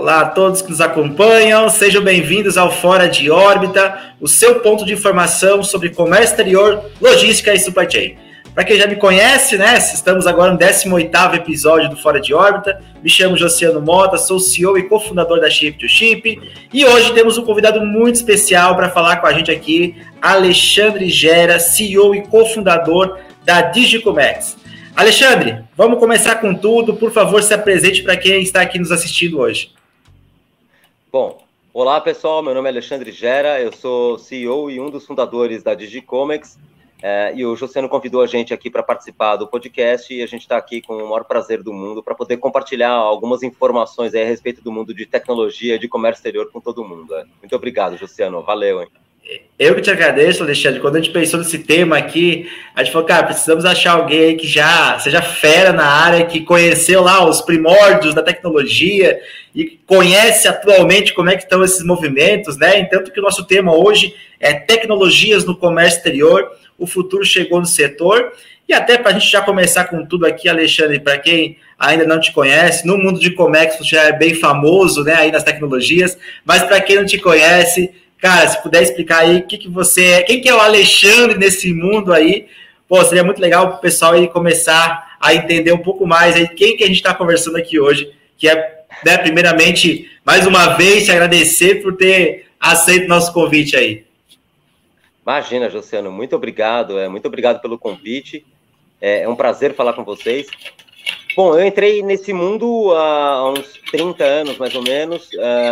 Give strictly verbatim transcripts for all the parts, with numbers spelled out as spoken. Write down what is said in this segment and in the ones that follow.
Olá a todos que nos acompanham, sejam bem-vindos ao Fora de Órbita, o seu ponto de informação sobre comércio exterior, logística e supply chain. Para quem já me conhece, né, estamos agora no décimo oitavo episódio do Fora de Órbita. Me chamo Josiano Mota, sou C E O e cofundador da Ship to Ship. E hoje temos um convidado muito especial para falar com a gente aqui, Alexandre Gera, C E O e cofundador da Digicomex. Alexandre, vamos começar com tudo. Por favor, se apresente para quem está aqui nos assistindo hoje. Bom, olá pessoal, meu nome é Alexandre Gera, eu sou C E O e um dos fundadores da Digicomex. É, e o Josiano convidou a gente aqui para participar do podcast e a gente está aqui com o maior prazer do mundo para poder compartilhar algumas informações aí a respeito do mundo de tecnologia e de comércio exterior com todo mundo. É. Muito obrigado, Josiano. Valeu, hein? Eu que te agradeço, Alexandre. Quando a gente pensou nesse tema aqui, a gente falou, cara, precisamos achar alguém aí que já seja fera na área, que conheceu lá os primórdios da tecnologia e conhece atualmente como é que estão esses movimentos, né? Então, que o nosso tema hoje é tecnologias no comércio exterior. O futuro chegou no setor. E até para a gente já começar com tudo aqui, Alexandre, para quem ainda não te conhece, no mundo de Comex você já é bem famoso, né, aí nas tecnologias, mas para quem não te conhece, cara, se puder explicar aí o que, que você é, quem que é o Alexandre nesse mundo aí, pô, seria muito legal para o pessoal aí começar a entender um pouco mais aí quem que a gente está conversando aqui hoje, que é, né, primeiramente, mais uma vez, te agradecer por ter aceito o nosso convite aí. Imagina, Josiano, muito obrigado, é, muito obrigado pelo convite, é, é um prazer falar com vocês. Bom, eu entrei nesse mundo há uns trinta anos, mais ou menos,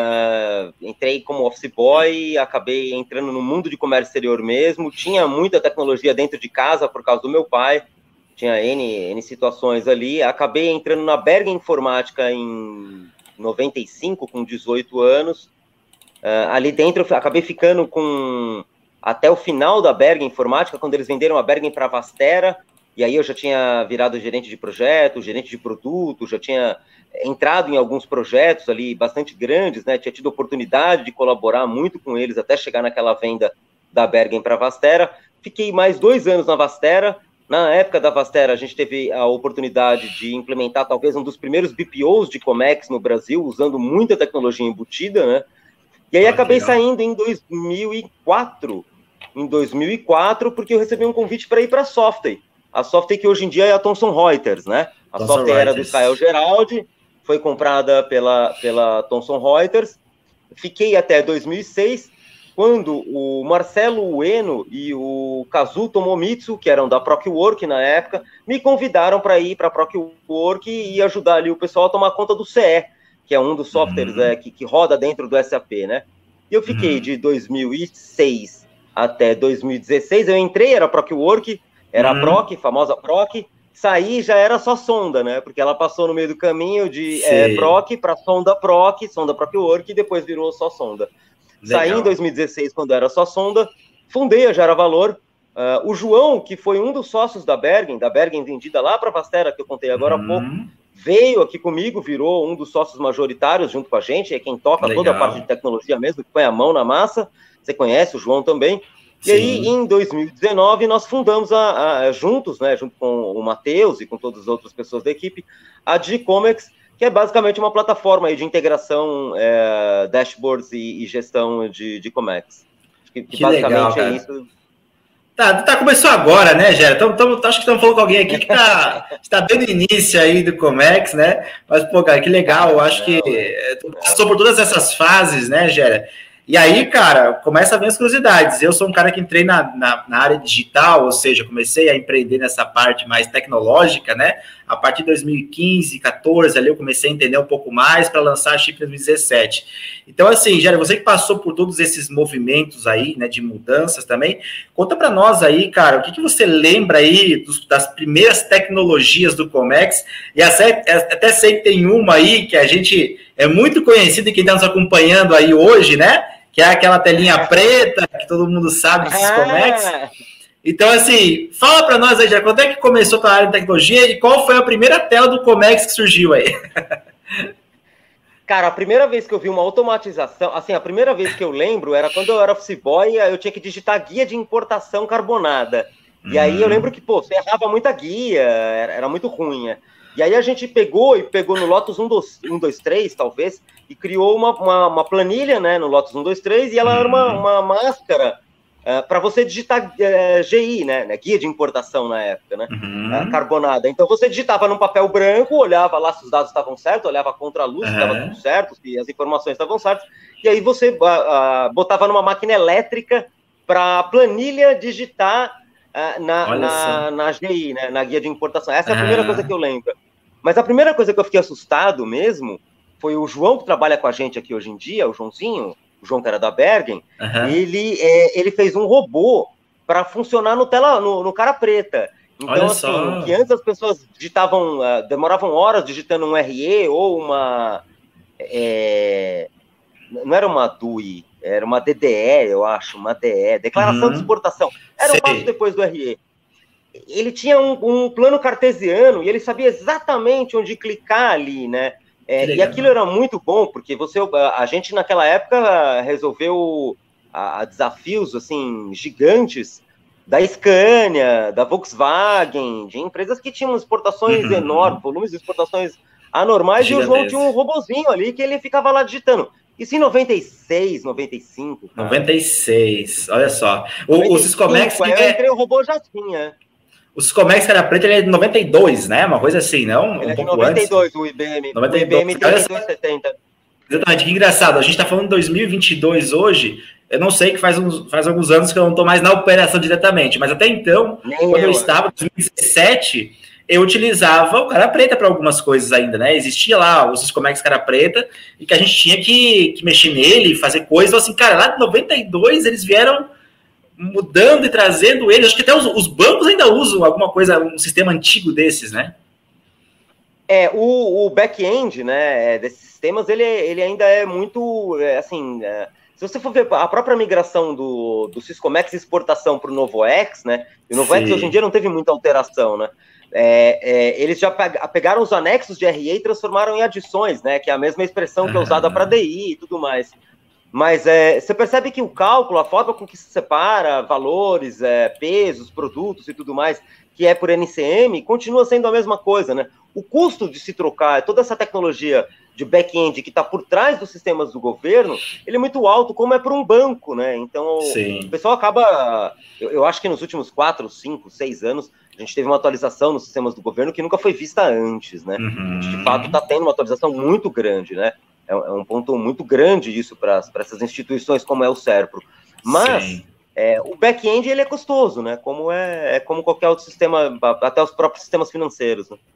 uh, entrei como office boy, acabei entrando no mundo de comércio exterior mesmo, tinha muita tecnologia dentro de casa por causa do meu pai, tinha N, N situações ali, acabei entrando na Bergen Informática em noventa e cinco, com dezoito anos, uh, ali dentro eu acabei ficando com... até o final da Bergen Informática, quando eles venderam a Bergen para a Vastera, e aí eu já tinha virado gerente de projeto, gerente de produto, já tinha entrado em alguns projetos ali bastante grandes, né? Tinha tido oportunidade de colaborar muito com eles até chegar naquela venda da Bergen para a Vastera. Fiquei mais dois anos na Vastera. Na época da Vastera, a gente teve a oportunidade de implementar talvez um dos primeiros B P Os de Comex no Brasil, usando muita tecnologia embutida, né? E aí ah, acabei legal. saindo em dois mil e quatro, em dois mil e quatro, porque eu recebi um convite para ir para a Software. A Software que hoje em dia é a Thomson Reuters, né? A Thomson Software Reuters. Era do Israel Geraldi, foi comprada pela, pela Thomson Reuters. Fiquei até dois mil e seis, quando o Marcelo Ueno e o Kazu Tomomitsu, que eram da Procwork na época, me convidaram para ir para a Procwork e ajudar ali o pessoal a tomar conta do C E, que é um dos softwares uhum. é, que, que roda dentro do S A P, né? E eu fiquei uhum. de dois mil e seis até dois mil e dezesseis, eu entrei, era a Procwork, era uhum. a Proc, famosa Proc, saí já era só sonda, né? Porque ela passou no meio do caminho de é, Proc para sonda Proc, sonda Procwork, e depois virou só sonda. Legal. Saí em dois mil e dezesseis, quando era só sonda, fundei a Gera Valor. Uh, o João, que foi um dos sócios da Bergen, da Bergen vendida lá para a Vastera, que eu contei agora uhum. há pouco, veio aqui comigo, virou um dos sócios majoritários junto com a gente, é quem toca Legal. toda a parte de tecnologia mesmo, que põe a mão na massa. Você conhece o João também. E Sim. aí, em dois mil e dezenove, nós fundamos a, a, juntos, né, junto com o Matheus e com todas as outras pessoas da equipe, a Digicomex, que é basicamente uma plataforma aí de integração, é, dashboards e, e gestão de, de Comex. Que, que, que basicamente legal, é isso. Tá, tá, começou agora, né, Gera? Então, tamo, acho que estamos falando com alguém aqui que tá, está bem no início aí do Comex, né? Mas, pô, cara, que legal. Eu acho que tu passou por todas essas fases, né, Gera? E aí, cara, começa a vir as curiosidades. Eu sou um cara que entrei na, na, na área digital, ou seja, comecei a empreender nessa parte mais tecnológica, né? A partir de dois mil e quinze, quatorze, ali eu comecei a entender um pouco mais para lançar a Chip em dois mil e dezessete. Então, assim, Gera, você que passou por todos esses movimentos aí, né, de mudanças também, conta para nós aí, cara, o que, que você lembra aí dos, das primeiras tecnologias do Comex? E até, até sei que tem uma aí que a gente é muito conhecida e quem está nos acompanhando aí hoje, né? Que é aquela telinha preta, que todo mundo sabe desses Comex. Então, assim, fala para nós aí, já quando é que começou a área de tecnologia e qual foi a primeira tela do Comex que surgiu aí? Cara, a primeira vez que eu vi uma automatização, assim, a primeira vez que eu lembro era quando eu era office boy, eu tinha que digitar guia de importação carbonada. E hum. aí eu lembro que, pô, você errava muita guia, era, era muito ruim, né? E aí a gente pegou e pegou no Lotus um, dois, três, talvez, e criou uma, uma, uma planilha, né, no Lotus um, dois, três, e ela era uma, uma máscara uh, para você digitar uh, G I, né, guia de importação na época, né, uhum. uh, carbonada. Então você digitava num papel branco, olhava lá se os dados estavam certos, olhava contra a luz, se estava uhum. tudo certo, se as informações estavam certas, e aí você uh, uh, botava numa máquina elétrica para a planilha digitar uh, na, na, na G I, né, na guia de importação. Essa é a primeira uhum. coisa que eu lembro. Mas a primeira coisa que eu fiquei assustado mesmo foi o João, que trabalha com a gente aqui hoje em dia, o Joãozinho, o João que era da Bergen, uhum. ele, é, ele fez um robô para funcionar no, tela, no, no cara preta. Então, Olha assim, só. que antes as pessoas digitavam, uh, demoravam horas digitando um R E ou uma... É, não era uma D U I, era uma D D E, eu acho, uma D E, Declaração uhum. de Exportação. Era Sei. um passo depois do R E. Ele tinha um, um plano cartesiano e ele sabia exatamente onde clicar ali, né? É, e aquilo era muito bom, porque você, a, a gente naquela época resolveu a, a desafios assim gigantes da Scania, da Volkswagen, de empresas que tinham exportações uhum. enormes, volumes de exportações anormais, e o João tinha um robozinho ali que ele ficava lá digitando. Isso em noventa e seis, noventa e cinco. Cara. noventa e seis, olha só. O, o Siscomex... Aí eu entrei, o robô já tinha. O Siscomex Cara Preta, ele é de noventa e dois, né? Uma coisa assim, não? Ele um é de pouco noventa e dois, antes. o I B M. noventa e dois. O I B M trinta e dois setenta. Exatamente, que engraçado. A gente está falando de dois mil e vinte e dois hoje. Eu não sei que faz, uns, faz alguns anos que eu não estou mais na operação diretamente, mas até então, Nem quando eu, eu estava, em dois mil e dezessete, eu utilizava o Cara Preta para algumas coisas ainda, né? Existia lá o Siscomex Cara Preta e que a gente tinha que, que mexer nele, fazer coisas. Então, assim, cara, lá de noventa e dois eles vieram mudando e trazendo eles. Acho que até os, os bancos ainda usam alguma coisa, um sistema antigo desses, né? É, o, o back-end, né, desses sistemas, ele, ele ainda é muito, é, assim, é, se você for ver a própria migração do, do Siscomex exportação para o Novoex, né, e o Novoex Sim. hoje em dia não teve muita alteração, né, é, é, eles já pegaram os anexos de R E e transformaram em adições, né, que é a mesma expressão que é usada para D I e tudo mais. Mas é, você percebe que o cálculo, a forma com que se separa valores, é, pesos, produtos e tudo mais, que é por N C M, continua sendo a mesma coisa, né? O custo de se trocar, toda essa tecnologia de back-end que está por trás dos sistemas do governo, ele é muito alto, como é para um banco, né? Então, Sim. o pessoal acaba... Eu, eu acho que nos últimos quatro, cinco, seis anos, a gente teve uma atualização nos sistemas do governo que nunca foi vista antes, né? Uhum. A gente, de fato, está tendo uma atualização muito grande, né? É um ponto muito grande isso para essas instituições como é o SERPRO. Mas é, o back-end ele é custoso, né? Como é, é como qualquer outro sistema, até os próprios sistemas financeiros. Né?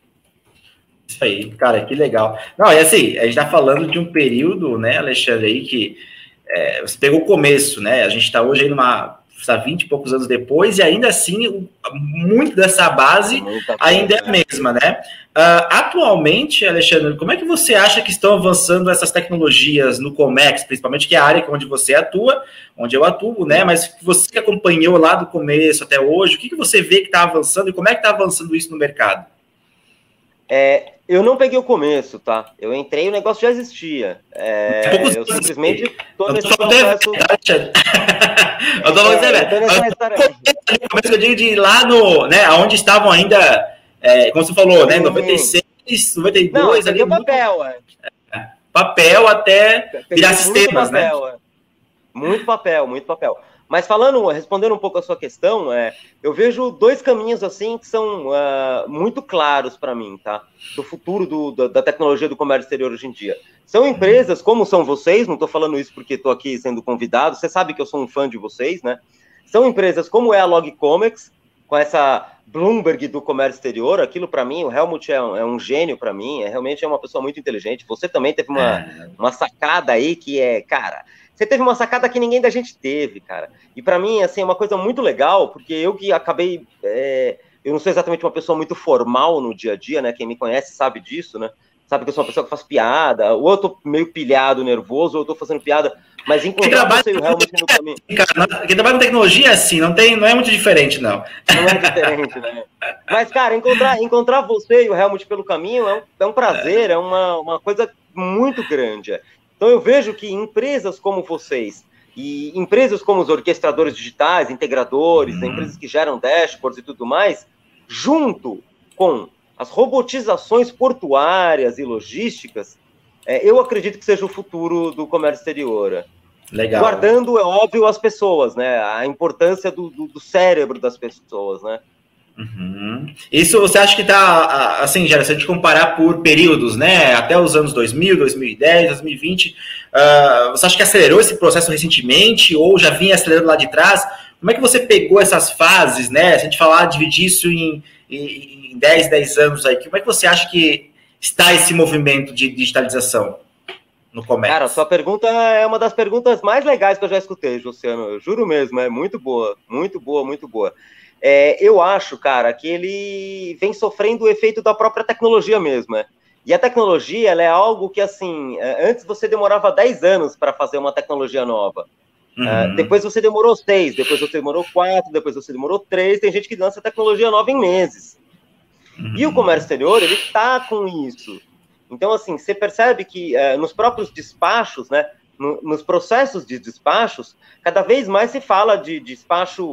Isso aí, cara, que legal. Não, e assim, a gente está falando de um período, né, Alexandre, aí que é, você pegou o começo, né? A gente está hoje aí numa... Está vinte e poucos anos depois, e ainda assim, muito dessa base ainda é a mesma, né? Uh, atualmente, Alexandre, como é que você acha que estão avançando essas tecnologias no Comex, principalmente que é a área onde você atua, onde eu atuo, né? Mas você que acompanhou lá do começo até hoje, o que, que você vê que está avançando e como é que está avançando isso no mercado? É, eu não peguei o começo, tá? Eu entrei e o negócio já existia. É, eu simplesmente tô nesse processo... Eu tô falando é, eu, eu digo de ir lá no, né, onde estavam ainda, é, como você falou, né, noventa e seis, noventa e dois, não, ali muito, papel, é. papel até virar sistemas, papel, né? É. Muito papel, muito papel. Mas falando, respondendo um pouco a sua questão, é, eu vejo dois caminhos assim que são uh, muito claros para mim, tá? Do futuro do, da, da tecnologia do comércio exterior hoje em dia. São empresas como são vocês, não estou falando isso porque estou aqui sendo convidado, você sabe que eu sou um fã de vocês, né? São empresas como é a Logcomex, com essa Bloomberg do comércio exterior, aquilo para mim, o Helmut é um, é um gênio para mim, é, realmente é uma pessoa muito inteligente. Você também teve uma, uma sacada aí que é, cara... Você teve uma sacada que ninguém da gente teve, cara. E para mim, assim, é uma coisa muito legal, porque eu que acabei... É, eu não sou exatamente uma pessoa muito formal no dia a dia, né? Quem me conhece sabe disso, né? Sabe que eu sou uma pessoa que faz piada, ou eu tô meio pilhado, nervoso, ou eu tô fazendo piada, mas encontrar você e o Helmut no caminho... Quem trabalha com tecnologia é assim, não, tem, não é muito diferente, não. Não é diferente, né? Mas, cara, encontrar, encontrar você e o Helmut pelo caminho é um, é um prazer, é uma, uma coisa muito grande. Então eu vejo que empresas como vocês, e empresas como os orquestradores digitais, integradores, uhum. empresas que geram dashboards e tudo mais, junto com as robotizações portuárias e logísticas, é, eu acredito que seja o futuro do comércio exterior. Legal. Guardando, é óbvio, as pessoas, né? A importância do, do, do cérebro das pessoas, né? Uhum. Isso você acha que está, assim, Gera, se a gente comparar por períodos, né, até os anos dois mil, dois mil e dez, dois mil e vinte, uh, você acha que acelerou esse processo recentemente ou já vinha acelerando lá de trás? Como é que você pegou essas fases, né, se a gente falar, dividir isso em, em, em dez, dez anos aí, como é que você acha que está esse movimento de digitalização no comércio? Cara, sua pergunta é uma das perguntas mais legais que eu já escutei, Luciano, eu juro mesmo, é muito boa, muito boa, muito boa. É, eu acho, cara, que ele vem sofrendo o efeito da própria tecnologia mesmo, né? E a tecnologia, ela é algo que, assim, antes você demorava dez anos para fazer uma tecnologia nova. Uhum. Uh, depois você demorou seis, depois você demorou quatro, depois você demorou três, tem gente que lança tecnologia nova em meses. Uhum. E o comércio exterior, ele tá com isso. Então, assim, você percebe que uh, nos próprios despachos, né, no, nos processos de despachos, cada vez mais se fala de despacho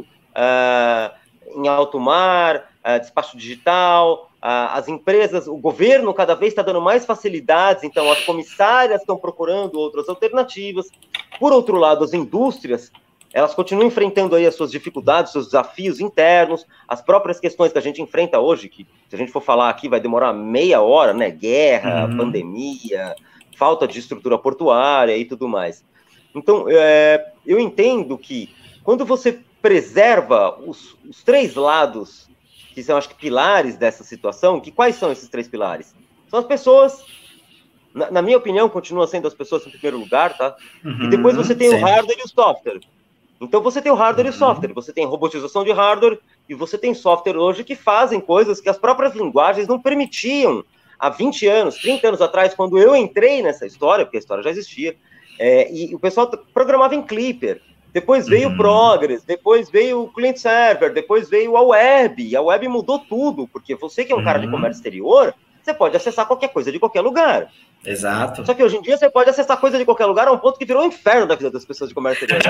uh, em alto mar, uh, despacho digital, uh, as empresas, o governo cada vez está dando mais facilidades, então as comissárias estão procurando outras alternativas. Por outro lado, as indústrias, elas continuam enfrentando aí as suas dificuldades, seus desafios internos, as próprias questões que a gente enfrenta hoje, que se a gente for falar aqui vai demorar meia hora, né? Guerra, uhum. pandemia, falta de estrutura portuária e tudo mais. Então, é, eu entendo que quando você preserva os, os três lados, que são, acho que, pilares dessa situação, que quais são esses três pilares? São as pessoas, na, na minha opinião, continuam sendo as pessoas em primeiro lugar, tá? Uhum, e depois você tem sim. o hardware e o software. Então você tem o hardware uhum. e o software, você tem robotização de hardware e você tem software hoje que fazem coisas que as próprias linguagens não permitiam há vinte anos, trinta anos atrás, quando eu entrei nessa história, porque a história já existia, é, e o pessoal programava em Clipper. Depois veio o uhum. Progress, depois veio o Client Server, depois veio a web, e a web mudou tudo, porque você que é um uhum. cara de comércio exterior, você pode acessar qualquer coisa de qualquer lugar. Exato. Só que hoje em dia você pode acessar coisa de qualquer lugar a um ponto que virou um inferno da vida das pessoas de comércio exterior.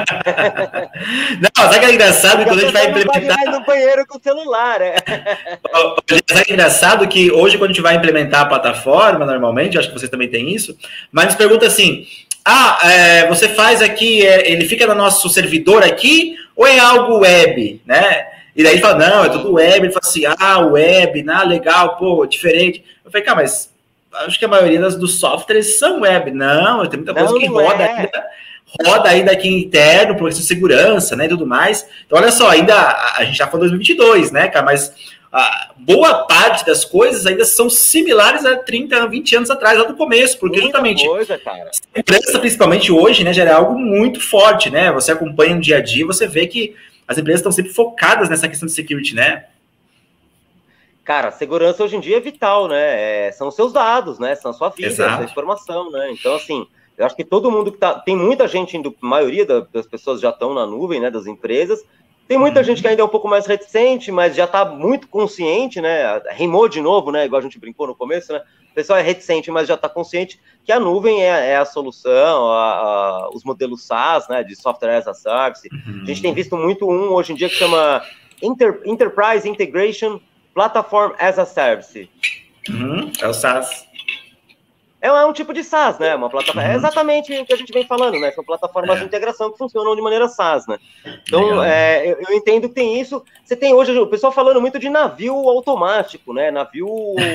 Não, sabe que é engraçado quando a gente vai implementar... Vai no banheiro com o celular, é. Sabe que é engraçado que hoje quando a gente vai implementar a plataforma, normalmente, acho que vocês também têm isso, mas nos pergunta assim... Ah, é, você faz aqui, é, ele fica no nosso servidor aqui, ou é algo web, né? E daí ele fala, não, é tudo web. Ele fala assim, ah, web, ah, legal, pô, diferente. Eu falei, cara, mas acho que a maioria das, dos softwares são web. Não, tem muita coisa não, que roda, é. ainda, roda ainda aqui interno, por isso de segurança, né, e tudo mais. Então, olha só, ainda, a, a gente já falou em dois mil e vinte e dois, né, cara, mas... A boa parte das coisas ainda são similares a trinta, vinte anos atrás, lá do começo, porque Muita justamente coisa, cara. A empresa, principalmente hoje, né, já é algo muito forte, né? Você acompanha no dia a dia, você vê que as empresas estão sempre focadas nessa questão de security, né? Cara, segurança hoje em dia é vital, né? É, são os seus dados, né? São a sua vida, Exato. a sua informação, né? Então, assim, eu acho que todo mundo que tá... Tem muita gente indo, a maioria das pessoas já estão na nuvem, né, das empresas. Tem muita gente que ainda é um pouco mais reticente, mas já está muito consciente, né? Rimou de novo, né? Igual a gente brincou no começo, né? O pessoal é reticente, mas já está consciente que a nuvem é, é a solução, a, a, os modelos SaaS, né? De Software as a Service. Uhum. A gente tem visto muito um hoje em dia que chama Inter, Enterprise Integration Platform as a Service. Uhum. É o SaaS. É um tipo de SaaS, né? Uma plataforma. Uhum. É exatamente o que a gente vem falando, né? São plataformas é. de integração que funcionam de maneira SaaS, né? Então, é, eu, eu entendo que tem isso. Você tem hoje o pessoal falando muito de navio automático, né? Navio.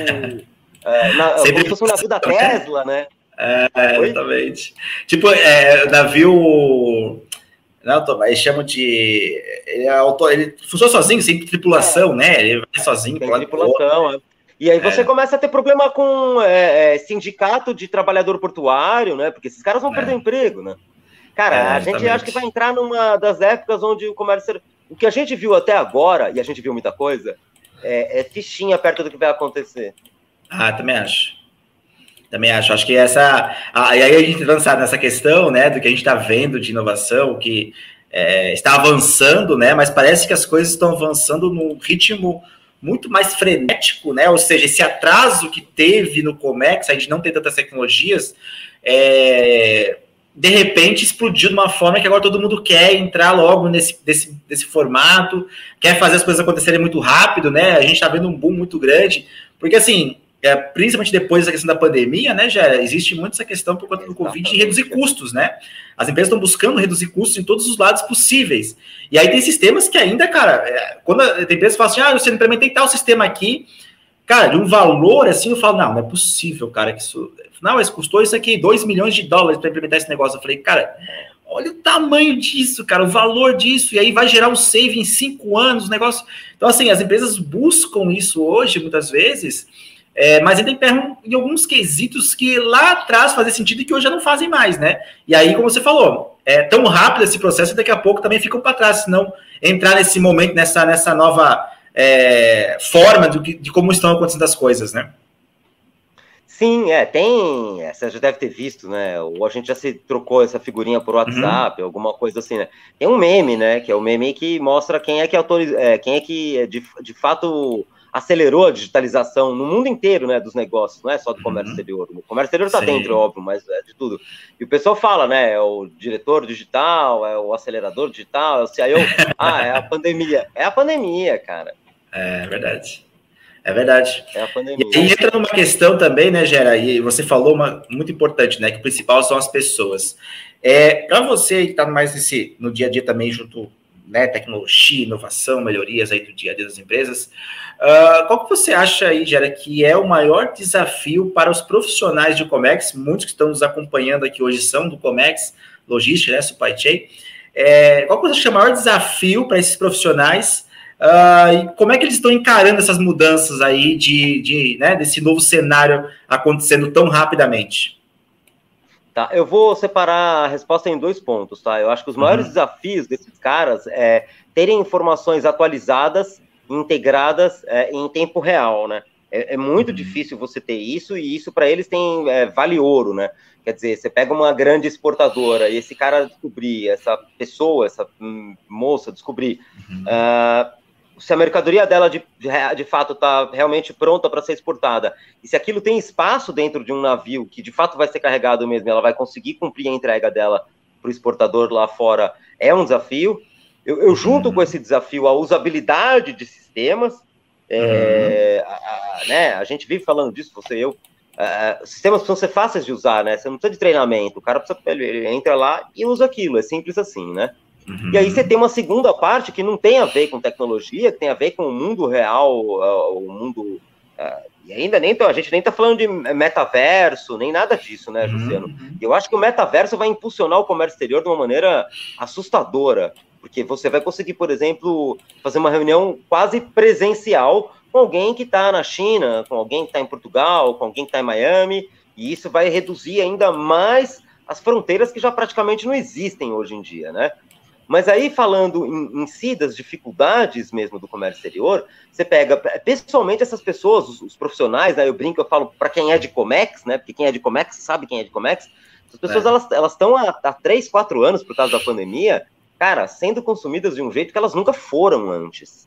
é, na, como se fosse um navio da Tesla, né? É, exatamente. Tipo, é, navio. Não, eles chamam de. Ele, é auto, ele funciona sozinho, sem tripulação, é. né? Ele vai sozinho. Sem tripulação, é. E aí você é. começa a ter problema com é, é, sindicato de trabalhador portuário, né? Porque esses caras vão é. perder o emprego, né? Cara, é, a gente acha que vai entrar numa das épocas onde o comércio... O que a gente viu até agora, e a gente viu muita coisa, é, é fichinha perto do que vai acontecer. Ah, também acho. Também acho. Acho que essa... Ah, e aí a gente avançar nessa questão, né? Do que a gente está vendo de inovação, que é, está avançando, né? Mas parece que as coisas estão avançando num ritmo... muito mais frenético, né? Ou seja, esse atraso que teve no Comex, a gente não tem tantas tecnologias, é... de repente explodiu de uma forma que agora todo mundo quer entrar logo nesse, nesse, nesse formato, quer fazer as coisas acontecerem muito rápido, né? A gente está vendo um boom muito grande. Porque, assim, é, principalmente depois da questão da pandemia, né, já existe muito essa questão por conta do Covid de reduzir custos, né? As empresas estão buscando reduzir custos em todos os lados possíveis. E aí tem sistemas que ainda, cara, é, quando a empresa fala assim, ah, eu implementei tal sistema aqui, cara, de um valor assim, eu falo, não, não é possível, cara, que isso... Não, mas custou isso aqui, dois milhões de dólares para implementar esse negócio. Eu falei, cara, olha o tamanho disso, cara, o valor disso, e aí vai gerar um save em cinco anos, o negócio... Então, assim, as empresas buscam isso hoje, muitas vezes... É, mas ainda emperram em alguns quesitos que lá atrás fazem sentido e que hoje já não fazem mais, né? E aí, como você falou, é tão rápido esse processo e daqui a pouco também ficam para trás, se não entrar nesse momento, nessa, nessa nova é, forma do que, de como estão acontecendo as coisas, né? Sim, é, tem, você já deve ter visto, né, ou a gente já se trocou essa figurinha por WhatsApp, uhum. alguma coisa assim, né? Tem um meme, né, que é o meme que mostra quem é que autoriza, é, quem é que de, de fato... acelerou a digitalização no mundo inteiro, né, dos negócios, não é só do comércio uhum. exterior. O comércio exterior está dentro, óbvio, mas é de tudo. E o pessoal fala, né, é o diretor digital, é o acelerador digital, é o C I O. Ah, é a pandemia. É a pandemia, cara. É verdade. É verdade. É a pandemia. E entra numa questão também, né, Gera, e você falou uma muito importante, né, que o principal são as pessoas. É, para você que está mais nesse, no dia a dia também junto, né, tecnologia, inovação, melhorias aí do dia a dia das empresas, uh, qual que você acha aí, Gera, que é o maior desafio para os profissionais de Comex? Muitos que estão nos acompanhando aqui hoje são do Comex, logística, né, supply chain. É, qual que você acha que é o maior desafio para esses profissionais uh, e como é que eles estão encarando essas mudanças aí de, de, né, desse novo cenário acontecendo tão rapidamente? Tá, eu vou separar a resposta em dois pontos, tá? Eu acho que os maiores uhum. desafios desses caras é terem informações atualizadas, integradas é, em tempo real, né? É, é muito uhum. difícil você ter isso, e isso para eles tem é, vale ouro, né? Quer dizer, você pega uma grande exportadora e esse cara descobrir, essa pessoa, essa hum, moça descobrir... Uhum. Uh, se a mercadoria dela de, de, de fato está realmente pronta para ser exportada, e se aquilo tem espaço dentro de um navio que de fato vai ser carregado mesmo, ela vai conseguir cumprir a entrega dela para o exportador lá fora, é um desafio. Eu, eu junto uhum. com esse desafio a usabilidade de sistemas, é, uhum. a, a, né, a gente vive falando disso, você e eu, uh, sistemas precisam ser fáceis de usar, né? Você não precisa de treinamento, o cara precisa, ele, ele entra lá e usa aquilo, é simples assim, né? Uhum. E aí você tem uma segunda parte que não tem a ver com tecnologia, que tem a ver com o mundo real, uh, o mundo... Uh, e ainda nem a gente nem está falando de metaverso, nem nada disso, né, Jussiano? Uhum. Eu acho que o metaverso vai impulsionar o comércio exterior de uma maneira assustadora, porque você vai conseguir, por exemplo, fazer uma reunião quase presencial com alguém que está na China, com alguém que está em Portugal, com alguém que está em Miami, e isso vai reduzir ainda mais as fronteiras que já praticamente não existem hoje em dia, né? Mas aí, falando em, em si das dificuldades mesmo do comércio exterior, você pega, pessoalmente, essas pessoas, os, os profissionais, né, eu brinco, eu falo para quem é de Comex, né, porque quem é de Comex sabe quem é de Comex, as pessoas, é. elas elas estão há, há três, quatro anos, por causa da pandemia, cara, sendo consumidas de um jeito que elas nunca foram antes.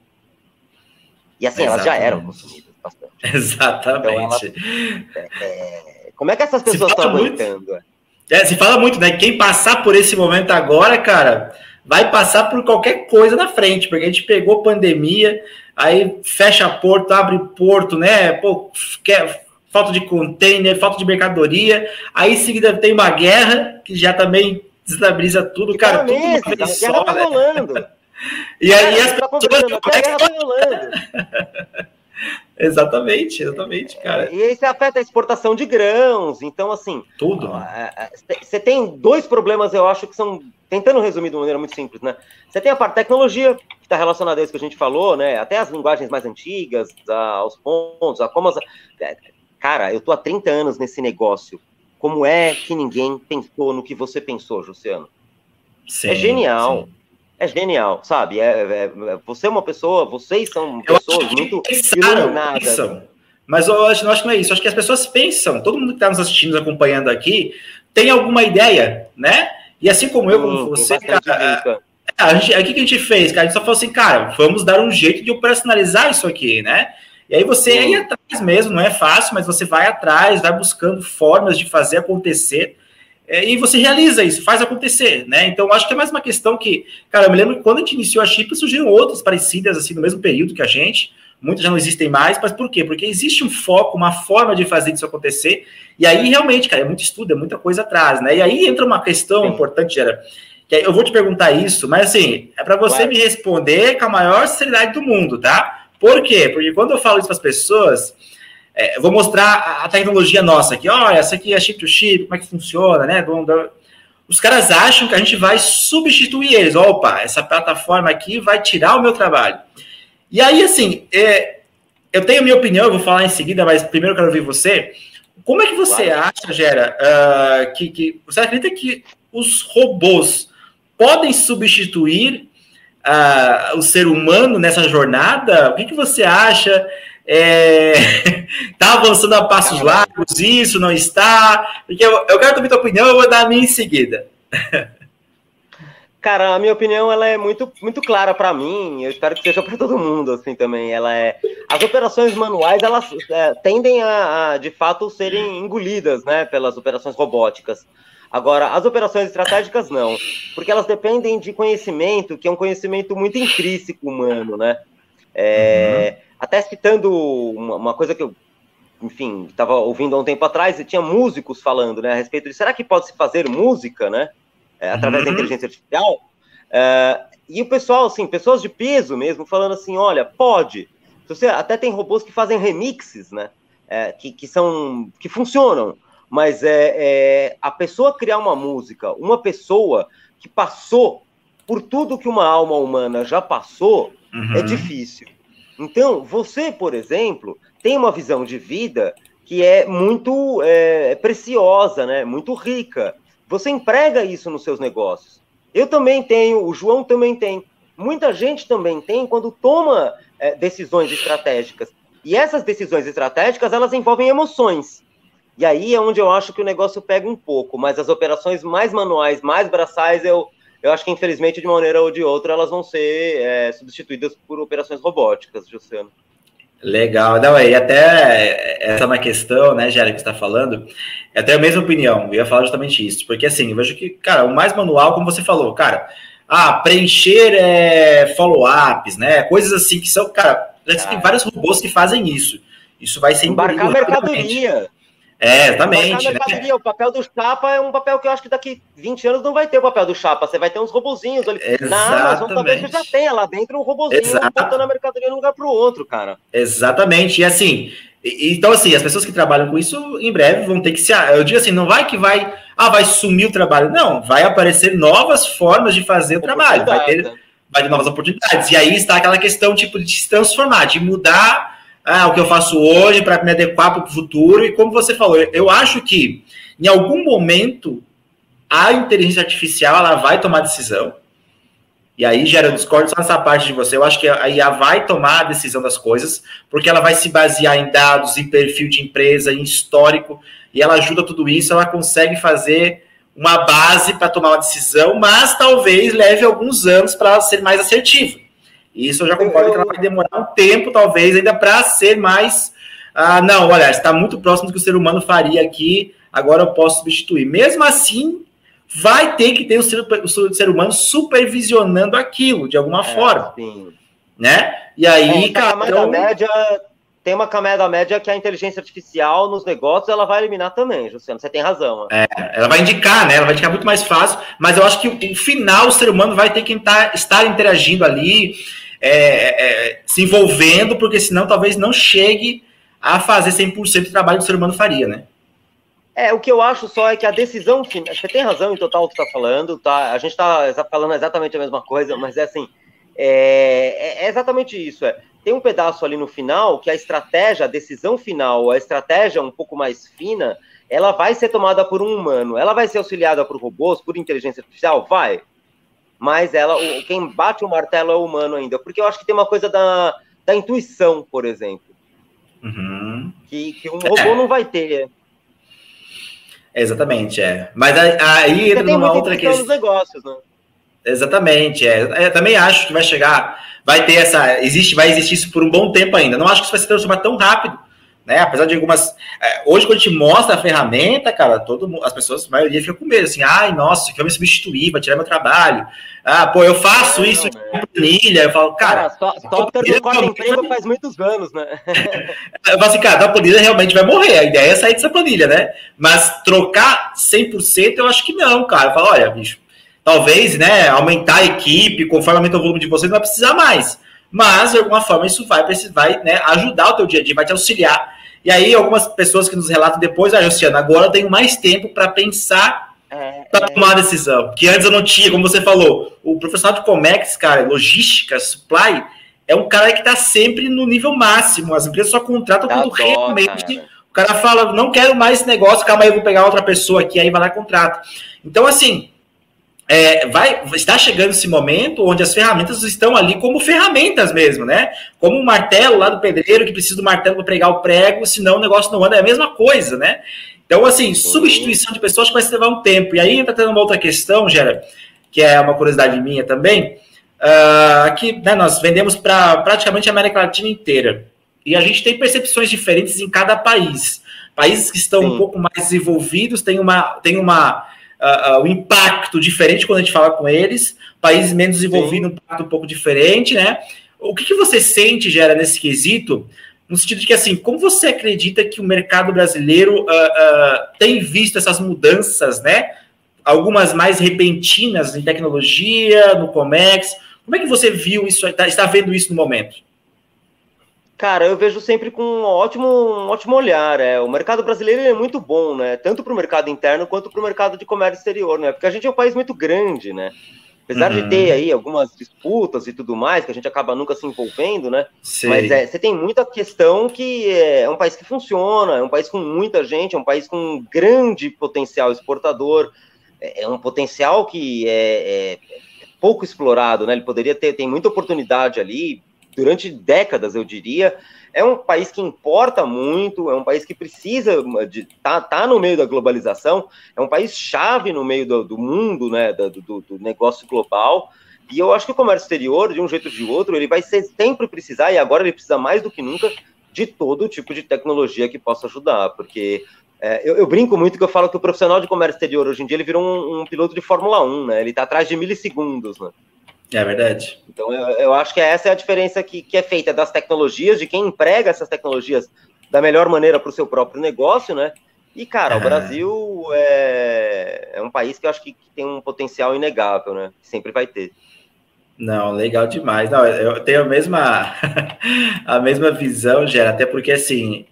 E assim, Exatamente. Elas já eram consumidas bastante. Exatamente. Então, elas, é, é, como é que essas pessoas estão aguentando? É, se fala muito, né? Quem passar por esse momento agora, cara... vai passar por qualquer coisa na frente, porque a gente pegou pandemia, aí fecha porto, abre porto, né? Pô, quer, falta de container, falta de mercadoria, aí em seguida tem uma guerra, que já também desestabiliza tudo, cara, tudo uma vez só, tá rolando. E aí as tá pessoas... A guerra tá rolando. Exatamente, exatamente, cara. E isso afeta a exportação de grãos, então, assim... Tudo. Você tem dois problemas, eu acho, que são... Tentando resumir de uma maneira muito simples, né? Você tem a parte da tecnologia, que está relacionada a isso que a gente falou, né? Até as linguagens mais antigas, aos pontos, a como... As... Cara, eu tô há trinta anos nesse negócio. Como é que ninguém pensou no que você pensou, Jussiano? Sim, é genial. Sim. É genial, sabe? É, é, você é uma pessoa, vocês são pessoas muito iluminadas. Mas eu acho, eu acho que não é isso. Eu acho que as pessoas pensam, todo mundo que está nos assistindo, nos acompanhando aqui, tem alguma ideia, né? E assim como eu, como hum, você, cara, a, a gente, aqui que a gente fez, cara, a gente só falou assim, cara, vamos dar um jeito de operacionalizar isso aqui, né? E aí você hum. ir atrás mesmo, não é fácil, mas você vai atrás, vai buscando formas de fazer acontecer. É, e você realiza isso, faz acontecer, né? Então, acho que é mais uma questão que... Cara, eu me lembro que quando a gente iniciou a Chip, surgiram outras parecidas, assim, no mesmo período que a gente, muitas já não existem mais, mas por quê? Porque existe um foco, uma forma de fazer isso acontecer, e aí realmente, cara, é muito estudo, é muita coisa atrás, né? E aí entra uma questão Sim. importante, Gera, que eu vou te perguntar isso, mas assim, é para você claro. me responder com a maior sinceridade do mundo, tá? Por quê? Porque quando eu falo isso para as pessoas, é, eu vou mostrar a, a tecnologia nossa aqui, olha, essa aqui é chip-to-chip, como é que funciona, né? Os caras acham que a gente vai substituir eles. Opa, essa plataforma aqui vai tirar o meu trabalho. E aí, assim, é, eu tenho a minha opinião, eu vou falar em seguida, mas primeiro eu quero ouvir você. Como é que você claro. acha, Gera, uh, que, que você acredita que os robôs podem substituir uh, o ser humano nessa jornada? O que, que você acha? Está é, avançando a passos largos, isso não está? Porque eu, eu quero também a tua opinião, eu vou dar a minha em seguida. Cara, a minha opinião ela é muito, muito clara para mim, eu espero que seja para todo mundo assim também. Ela é, as operações manuais elas é, tendem a, a, de fato, serem engolidas, né, pelas operações robóticas. Agora, as operações estratégicas não, porque elas dependem de conhecimento, que é um conhecimento muito intrínseco humano, né? É, uhum. Até citando uma, uma coisa que eu, enfim, estava ouvindo há um tempo atrás, e tinha músicos falando, né, a respeito de será que pode se fazer música, né, é, através uhum. da inteligência artificial? É, e o pessoal, assim, pessoas de peso mesmo, falando assim, olha, pode. Você até tem robôs que fazem remixes, né, é, que, que são, que funcionam, mas é, é a pessoa criar uma música, uma pessoa que passou por tudo que uma alma humana já passou, uhum. é difícil. Então, você, por exemplo, tem uma visão de vida que é muito é, preciosa, né? Muito rica. Você emprega isso nos seus negócios. Eu também tenho, o João também tem. Muita gente também tem quando toma é, decisões estratégicas. E essas decisões estratégicas, elas envolvem emoções. E aí é onde eu acho que o negócio pega um pouco. Mas as operações mais manuais, mais braçais, eu... Eu acho que, infelizmente, de uma maneira ou de outra, elas vão ser é, substituídas por operações robóticas, Luciano. Legal. Não, e até essa é uma questão, né, Gera, que você está falando, é até a mesma opinião, eu ia falar justamente isso, porque, assim, eu vejo que, cara, o mais manual, como você falou, cara, ah, preencher é, follow-ups, né, coisas assim que são, cara, já ah. tem vários robôs que fazem isso. Isso vai ser embarcar mercadoria. É, exatamente. Né? O papel do chapa é um papel que eu acho que daqui vinte anos não vai ter o papel do chapa. Você vai ter uns robozinhos ali. Exatamente. Na Amazon talvez você já tenha lá dentro um robozinho Exato. botando a mercadoria de um lugar para o outro, cara. Exatamente. E assim, então assim, as pessoas que trabalham com isso em breve vão ter que se... Eu digo assim, não vai que vai... Ah, vai sumir o trabalho. Não, vai aparecer novas formas de fazer o trabalho. Vai ter, vai ter novas oportunidades. E aí está aquela questão tipo de se transformar, de mudar... Ah, o que eu faço hoje para me adequar para o futuro. E como você falou, eu acho que em algum momento a inteligência artificial ela vai tomar decisão. E aí, Gera, eu discordo só nessa parte de você. Eu acho que a I A vai tomar a decisão das coisas, porque ela vai se basear em dados, em perfil de empresa, em histórico, e ela ajuda tudo isso, ela consegue fazer uma base para tomar uma decisão, mas talvez leve alguns anos para ela ser mais assertiva. E isso eu já concordo eu, que ela vai demorar um tempo, talvez, ainda para ser mais... Ah, não, olha, está muito próximo do que o ser humano faria aqui, agora eu posso substituir. Mesmo assim, vai ter que ter o ser, o ser humano supervisionando aquilo, de alguma é, forma. Sim. Né? E aí, é, cara... Camada então... média, tem uma camada média que a inteligência artificial nos negócios, ela vai eliminar também, Luciano, você tem razão. É, ela vai indicar, né? Ela vai indicar muito mais fácil, mas eu acho que no final o ser humano vai ter que estar, estar interagindo ali, É, é, se envolvendo, porque senão talvez não chegue a fazer cem por cento do trabalho que o ser humano faria, né? É, o que eu acho só é que a decisão final... Você tem razão em total o que você está falando, tá? A gente está falando exatamente a mesma coisa, mas é assim, é, é exatamente isso, é. Tem um pedaço ali no final que a estratégia, a decisão final, a estratégia um pouco mais fina, ela vai ser tomada por um humano. Ela vai ser auxiliada por robôs, por inteligência artificial? Vai. Mas ela, quem bate o martelo é o humano ainda. Porque eu acho que tem uma coisa da, da intuição, por exemplo. Uhum. Que, que um robô é. não vai ter. Exatamente, é. Mas aí entra numa outra questão nos negócios, né? Exatamente, é. Eu também acho que vai chegar, vai ter essa, existe, vai existir isso por um bom tempo ainda. Não acho que isso vai se transformar tão rápido, né? Apesar de algumas... É, hoje, quando a gente mostra a ferramenta, cara, todo mundo, as pessoas, a maioria fica com medo, assim, ai, nossa, que vai me substituir, vai tirar meu trabalho. Ah, pô, eu faço não, isso em planilha. Eu falo, cara... cara só, software não corta emprego faz muitos anos, né? Eu falo assim, cara, a planilha realmente vai morrer. A ideia é sair dessa planilha, né? Mas trocar cem por cento eu acho que não, cara. Eu falo, olha, bicho, talvez, né, aumentar a equipe, conforme aumenta o volume de vocês, não vai precisar mais. Mas, de alguma forma, isso vai, vai né, ajudar o teu dia a dia, vai te auxiliar. E aí, algumas pessoas que nos relatam depois, ah, Luciano, agora eu tenho mais tempo para pensar, é, para é. tomar a decisão. Que antes eu não tinha, como você falou, o profissional de Comex, cara, logística, supply, é um cara que está sempre no nível máximo. As empresas só contratam quando dó, realmente... Cara. O cara fala, não quero mais esse negócio, calma aí, eu vou pegar outra pessoa aqui, aí vai lá e contrata. Então, assim... É, vai, está chegando esse momento onde as ferramentas estão ali como ferramentas mesmo, né? Como o martelo lá do pedreiro que precisa do martelo para pregar o prego, senão o negócio não anda, é a mesma coisa, né? Então, assim, substituição de pessoas vai levar um tempo. E aí está tendo uma outra questão, Gera, que é uma curiosidade minha também, uh, que né, nós vendemos para praticamente a América Latina inteira. E a gente tem percepções diferentes em cada país. Países que estão Sim. um pouco mais desenvolvidos têm uma... Têm uma Uh, uh, o impacto diferente quando a gente fala com eles, países menos desenvolvidos, um impacto um pouco diferente, né? O que, que você sente, Gera, nesse quesito, no sentido de que, assim, como você acredita que o mercado brasileiro uh, uh, tem visto essas mudanças, né? Algumas mais repentinas em tecnologia, no Comex, como é que você viu isso, está, está vendo isso no momento? Cara, eu vejo sempre com um ótimo, um ótimo olhar. É. O mercado brasileiro é muito bom, né? Tanto para o mercado interno quanto para o mercado de comércio exterior, né? Porque a gente é um país muito grande, né? Apesar uhum. de ter aí algumas disputas e tudo mais, que a gente acaba nunca se envolvendo, né? Sim. Mas é, você tem muita questão que é um país que funciona, é um país com muita gente, é um país com um grande potencial exportador, é, é um potencial que é, é pouco explorado, né? Ele poderia ter, tem muita oportunidade ali, durante décadas, eu diria. É um país que importa muito, é um país que precisa de tá, tá no meio da globalização, é um país chave no meio do, do mundo, né, do, do, do negócio global, e eu acho que o comércio exterior, de um jeito ou de outro, ele vai ser, sempre precisar, e agora ele precisa mais do que nunca, de todo tipo de tecnologia que possa ajudar, porque é, eu, eu brinco muito que eu falo que o profissional de comércio exterior, hoje em dia, ele virou um, um piloto de Fórmula um, né, ele tá atrás de milissegundos, né. É verdade. Então, eu, eu acho que essa é a diferença que, que é feita das tecnologias, de quem emprega essas tecnologias da melhor maneira para o seu próprio negócio, né? E, cara, ah. o Brasil é, é um país que eu acho que, que tem um potencial inegável, né? Sempre vai ter. Não, legal demais. Não, eu tenho a mesma, a mesma visão, Gera, até porque, assim,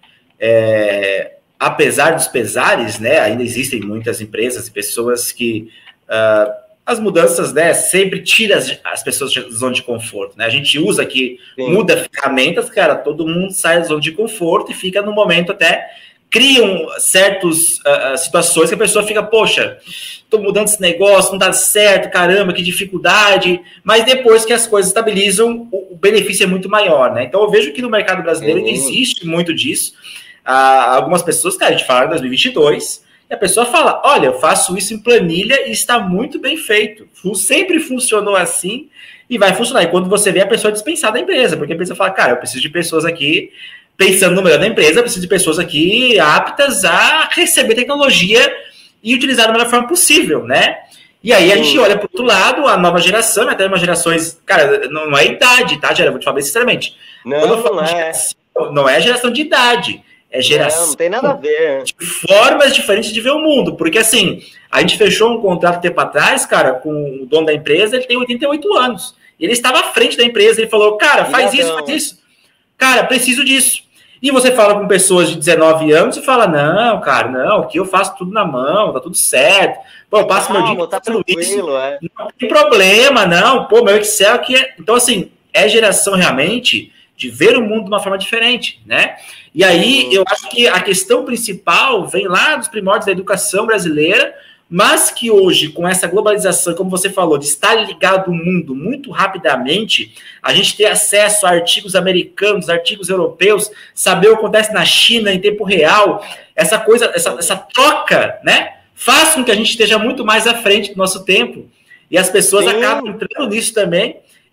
é, apesar dos pesares, né, ainda existem muitas empresas e pessoas que... Uh, as mudanças, né, sempre tira as, as pessoas da zona de conforto, né? A gente usa aqui, Sim. muda ferramentas, cara, todo mundo sai da zona de conforto e fica no momento até, criam certas uh, situações que a pessoa fica, poxa, tô mudando esse negócio, não dá certo, caramba, que dificuldade, mas depois que as coisas estabilizam, o, o benefício é muito maior, né? Então eu vejo que no mercado brasileiro Sim. existe muito disso. Uh, algumas pessoas, cara, a gente fala em dois mil e vinte e dois, e a pessoa fala, olha, eu faço isso em planilha e está muito bem feito. Sempre funcionou assim e vai funcionar. E quando você vê, a pessoa dispensar da empresa, porque a empresa fala, cara, eu preciso de pessoas aqui, pensando no melhor da empresa, eu preciso de pessoas aqui aptas a receber tecnologia e utilizar da melhor forma possível, né? E aí a gente olha para o outro lado, a nova geração, até umas gerações, cara, não é idade, tá, Gera? Vou te falar bem sinceramente. Não, Quando eu falo não, geração, é. não é geração de idade. É geração não, não tem nada a ver. De formas diferentes de ver o mundo. Porque, assim, a gente fechou um contrato tempo atrás, cara, com o dono da empresa, ele tem oitenta e oito anos. Ele estava à frente da empresa, ele falou, cara, faz isso, faz isso. Cara, preciso disso. E você fala com pessoas de dezenove anos e fala, não, cara, não, aqui eu faço tudo na mão, tá tudo certo. Pô, eu passo não, meu dia tá tranquilo, isso. É. Não tem problema, não. Pô, meu Excel aqui é... Então, assim, é geração realmente de ver o mundo de uma forma diferente, né? E aí, eu acho que a questão principal vem lá dos primórdios da educação brasileira, mas que hoje, com essa globalização, como você falou, de estar ligado ao mundo muito rapidamente, a gente ter acesso a artigos americanos, artigos europeus, saber o que acontece na China em tempo real, essa coisa, essa, essa troca, né, faz com que a gente esteja muito mais à frente do nosso tempo, e as pessoas Sim. acabam entrando nisso também,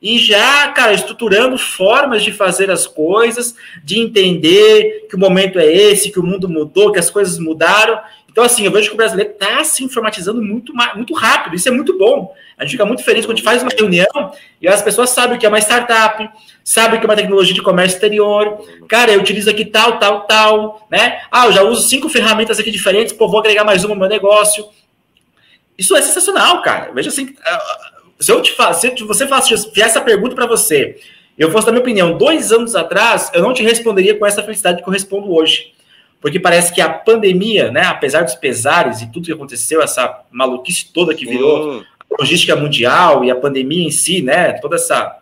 e já, cara, estruturando formas de fazer as coisas, de entender que o momento é esse, que o mundo mudou, que as coisas mudaram. Então, assim, eu vejo que o brasileiro está se informatizando muito, muito rápido, isso é muito bom. A gente fica muito feliz quando a gente faz uma reunião e as pessoas sabem o que é uma startup, sabem o que é uma tecnologia de comércio exterior. Cara, eu utilizo aqui tal, tal, tal, né? Ah, eu já uso cinco ferramentas aqui diferentes, pô, vou agregar mais uma no meu negócio. Isso é sensacional, cara. Veja assim, se eu te faço, se você faz essa pergunta para você, eu fosse da minha opinião, dois anos atrás, eu não te responderia com essa felicidade que eu respondo hoje. Porque parece que a pandemia, né, apesar dos pesares e tudo que aconteceu, essa maluquice toda que virou Sim. a logística mundial e a pandemia em si, né, toda essa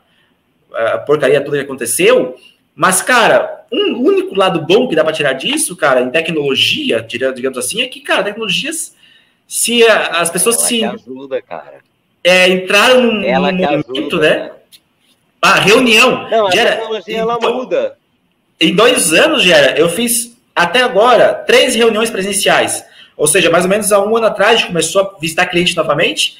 uh, porcaria toda que aconteceu, mas, cara, um único lado bom que dá para tirar disso, cara, em tecnologia, digamos assim, é que, cara, tecnologias, se a, as pessoas Ela se... que ajuda, cara. É, entraram num, ela num que momento, ajuda, né? Ah, reunião. Não, a Gera, tecnologia, em, ela muda. Em dois anos, Gera, eu fiz... Até agora, três reuniões presenciais. Ou seja, mais ou menos há um ano atrás, a gente começou a visitar cliente novamente.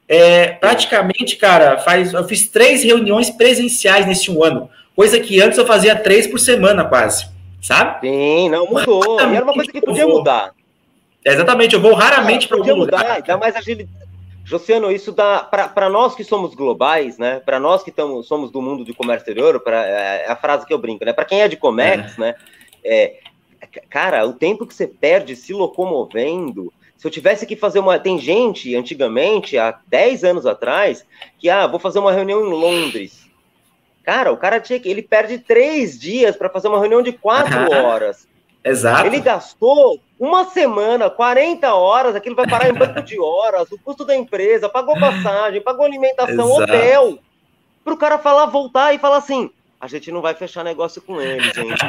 É, praticamente, cara, faz, eu fiz três reuniões presenciais nesse um ano. Coisa que antes eu fazia três por semana, quase. Sabe? Sim, não, mudou. E era uma coisa que podia mudar. É, exatamente, eu vou raramente para algum mudar, lugar. Dá mais agilidade. Josiano, isso dá para nós que somos globais, né? Para nós que tamo, somos do mundo de comércio exterior, pra, é a frase que eu brinco, né? Para quem é de Comex, é. né? É, cara, o tempo que você perde se locomovendo, se eu tivesse que fazer uma... Tem gente, antigamente, há dez anos atrás, que, ah, vou fazer uma reunião em Londres. Cara, o cara tinha que... Ele perde três dias para fazer uma reunião de quatro horas. Exato. Ele gastou uma semana, quarenta horas, aquilo vai parar em banco de horas, o custo da empresa, pagou passagem, pagou alimentação, Exato. Hotel, para o cara falar, voltar e falar assim... A gente não vai fechar negócio com eles, gente.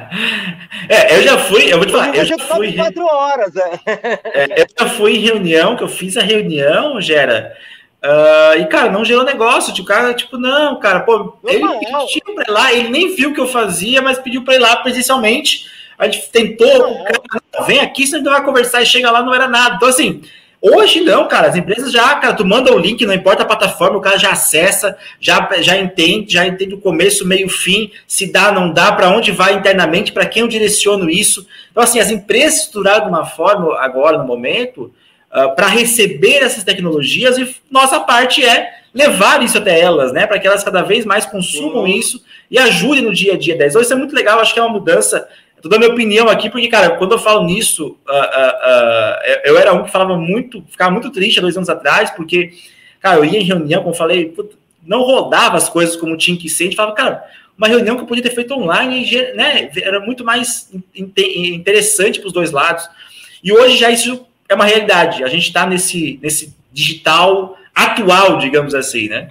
É, eu já fui, eu vou te falar, eu já fui... quatro horas, é. é. Eu já fui em reunião, que eu fiz a reunião, Gera, uh, e, cara, não gerou negócio, tipo, o cara, tipo, não, cara, pô, não, ele não. pediu pra ir lá, ele nem viu o que eu fazia, mas pediu pra ir lá presencialmente, a gente tentou, o cara, vem aqui, senão a gente vai conversar, e chega lá, não era nada, então, assim... Hoje não, cara, as empresas já, cara, tu manda o link, não importa a plataforma, o cara já acessa, já, já entende, já entende o começo, meio, fim, se dá, não dá, para onde vai internamente, para quem eu direciono isso. Então, assim, as empresas estruturaram de uma forma, agora, no momento, uh, para receber essas tecnologias, e nossa parte é levar isso até elas, né, para que elas cada vez mais consumam Sim. isso e ajudem no dia a dia delas. Então, isso é muito legal, acho que é uma mudança. Estou dando a minha opinião aqui, porque, cara, quando eu falo nisso, uh, uh, uh, eu era um que falava muito, ficava muito triste há dois anos atrás, porque, cara, eu ia em reunião, como eu falei, puta, não rodava as coisas como tinha que ser, a gente falava, cara, uma reunião que eu podia ter feito online, né, era muito mais interessante para os dois lados. E hoje já isso é uma realidade, a gente está nesse, nesse digital atual, digamos assim, né?